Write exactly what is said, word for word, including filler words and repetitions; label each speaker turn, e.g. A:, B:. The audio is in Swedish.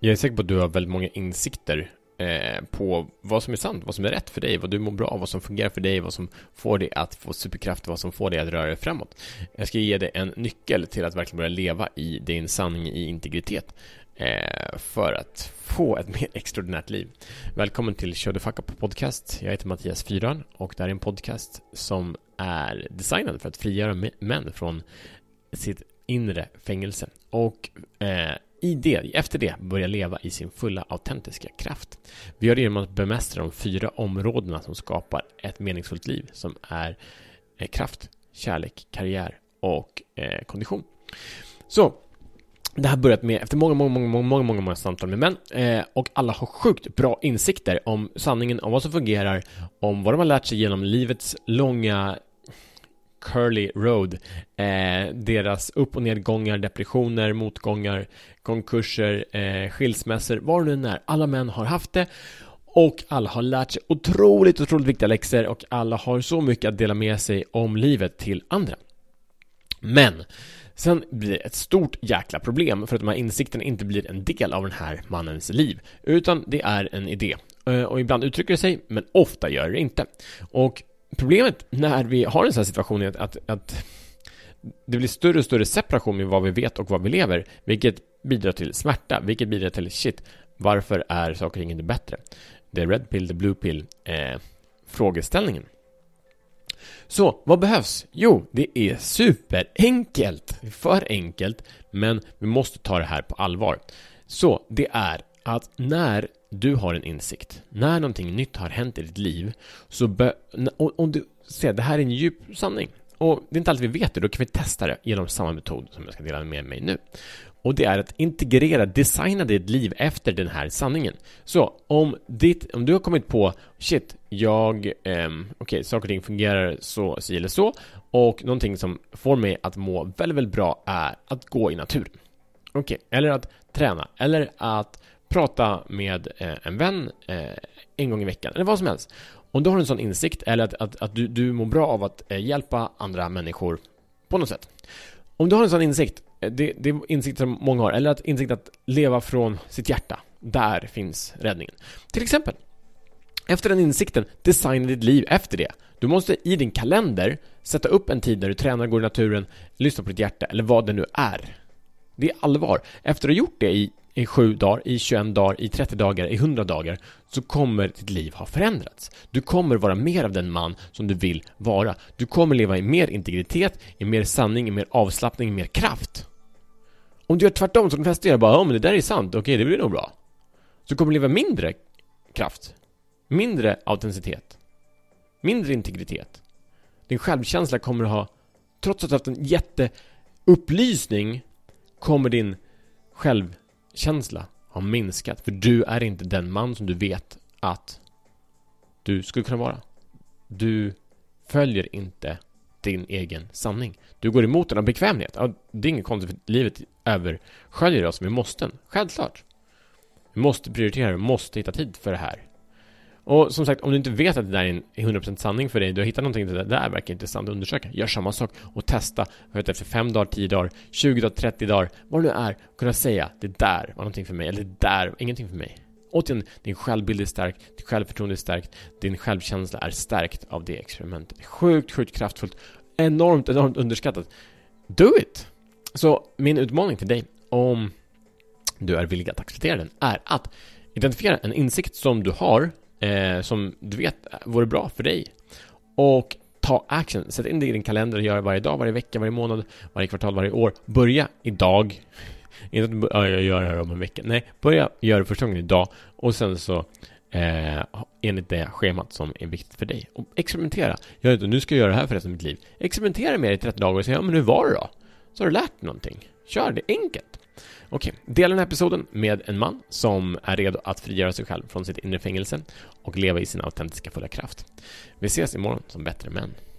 A: Jag är säker på att du har väldigt många insikter eh, på vad som är sant, vad som är rätt för dig, vad du mår bra av, vad som fungerar för dig, vad som får dig att få superkraft, vad som får dig att röra dig framåt. Jag ska ge dig en nyckel till att verkligen börja leva i din sanning, i integritet, eh, för att få ett mer extraordinärt liv. Välkommen till Show the Fuck Up podcast. Jag heter Mattias Fyran och det här är en podcast som är designad för att frigöra män från sitt inre fängelse och eh, i det, efter det börja leva i sin fulla autentiska kraft. Vi gör det genom att bemästra de fyra områdena som skapar ett meningsfullt liv, som är eh, kraft, kärlek, karriär och eh, kondition. Så det här börjat med efter många, många, många, många, många, många, många samtal med män eh, och alla har sjukt bra insikter om sanningen, om vad som fungerar, om vad de har lärt sig genom livets långa curly road, eh, deras upp- och nedgångar, depressioner, motgångar, konkurser, eh, skilsmässor, vad det nu är. Alla män har haft det och alla har lärt sig otroligt, otroligt viktiga läxor och alla har så mycket att dela med sig om livet till andra. Men sen blir det ett stort jäkla problem för att de här insikterna inte blir en del av den här mannens liv, utan det är en idé. Eh, och ibland uttrycker det sig, men ofta gör det inte. Och problemet när vi har en sån här situation är att, att, att det blir större och större separation med vad vi vet och vad vi lever, vilket bidrar till smärta, vilket bidrar till shit, varför är saker och inte bättre? Det är red pill, the blue pill eh, frågeställningen. Så, vad behövs? Jo, det är superenkelt, för enkelt, men vi måste ta det här på allvar. Så, det är att när du har en insikt, när någonting nytt har hänt i ditt liv, så be- och, om du ser, det här är en djup sanning och det är inte alltid vi vet det, då kan vi testa det genom samma metod som jag ska dela med mig nu. Och det är att integrera, designa ditt liv efter den här sanningen. Så om, ditt, om du har kommit på shit, jag ehm, okej, okay, saker och ting fungerar så, så eller så, och någonting som får mig att må väldigt, väldigt bra är att gå i naturen. Okej, okay. Eller att träna, eller att prata med eh, en vän eh, en gång i veckan, eller vad som helst. Om du har en sån insikt, eller att, att, att du, du mår bra av att eh, hjälpa andra människor på något sätt. Om du har en sån insikt, eh, det, det är insikt som många har, eller att insikt att leva från sitt hjärta, där finns räddningen. Till exempel, efter den insikten, designa ditt liv efter det. Du måste i din kalender sätta upp en tid när du tränar, går i naturen, lyssnar på ditt hjärta, eller vad det nu är. Det är allvar. Efter att ha gjort det i i sju dagar, i tjugoen dagar, i trettio dagar, i hundra dagar, så kommer ditt liv ha förändrats. Du kommer vara mer av den man som du vill vara. Du kommer leva i mer integritet, i mer sanning, i mer avslappning, i mer kraft. Om du gör tvärtom som de flesta gör, bara, ja men det där är sant, okej det blir nog bra. Så kommer du leva mindre kraft, mindre autenticitet, mindre integritet. Din självkänsla kommer att ha, trots att du haft en jätteupplysning, kommer din själv känsla har minskat, för du är inte den man som du vet att du skulle kunna vara. Du följer inte din egen sanning. Du går emot den av bekvämlighet. Ja, det är inget konstigt, för livet översköljer oss med måsten. Självklart. Vi måste prioritera, vi måste hitta tid för det här. Och som sagt, om du inte vet att det där är en hundra procent sanning för dig, du har hittat någonting där det där verkar intressant att undersöka. Gör samma sak och testa efter fem dagar, tio dagar, tjugo dagar, trettio dagar, vad det nu är, kunna säga det där var någonting för mig, eller det där var ingenting för mig. Återigen, din självbild är stark, ditt självförtroende är starkt, din självkänsla är stärkt av det experimentet. Sjukt, sjukt kraftfullt, enormt, enormt underskattat. Do it! Så min utmaning till dig, om du är villig att acceptera den, är att identifiera en insikt som du har, Eh, som du vet vore bra för dig, och ta action. Sätt in det i din kalender och gör det varje dag, varje vecka, varje månad, varje kvartal, varje år. Börja idag. Inte att ja, jag gör det här om en vecka. Nej, börja göra det första gången idag, och sen så eh, enligt det schemat som är viktigt för dig. Och experimentera. Jag vet, nu ska jag göra det här för resten av mitt liv. Experimentera med det i trettio dagar och säga, ja men hur var det då? Så har du lärt någonting. Kör det enkelt. Okej, dela den här episoden med en man som är redo att frigöra sig själv från sitt inre fängelse och leva i sin autentiska fulla kraft. Vi ses imorgon som bättre män.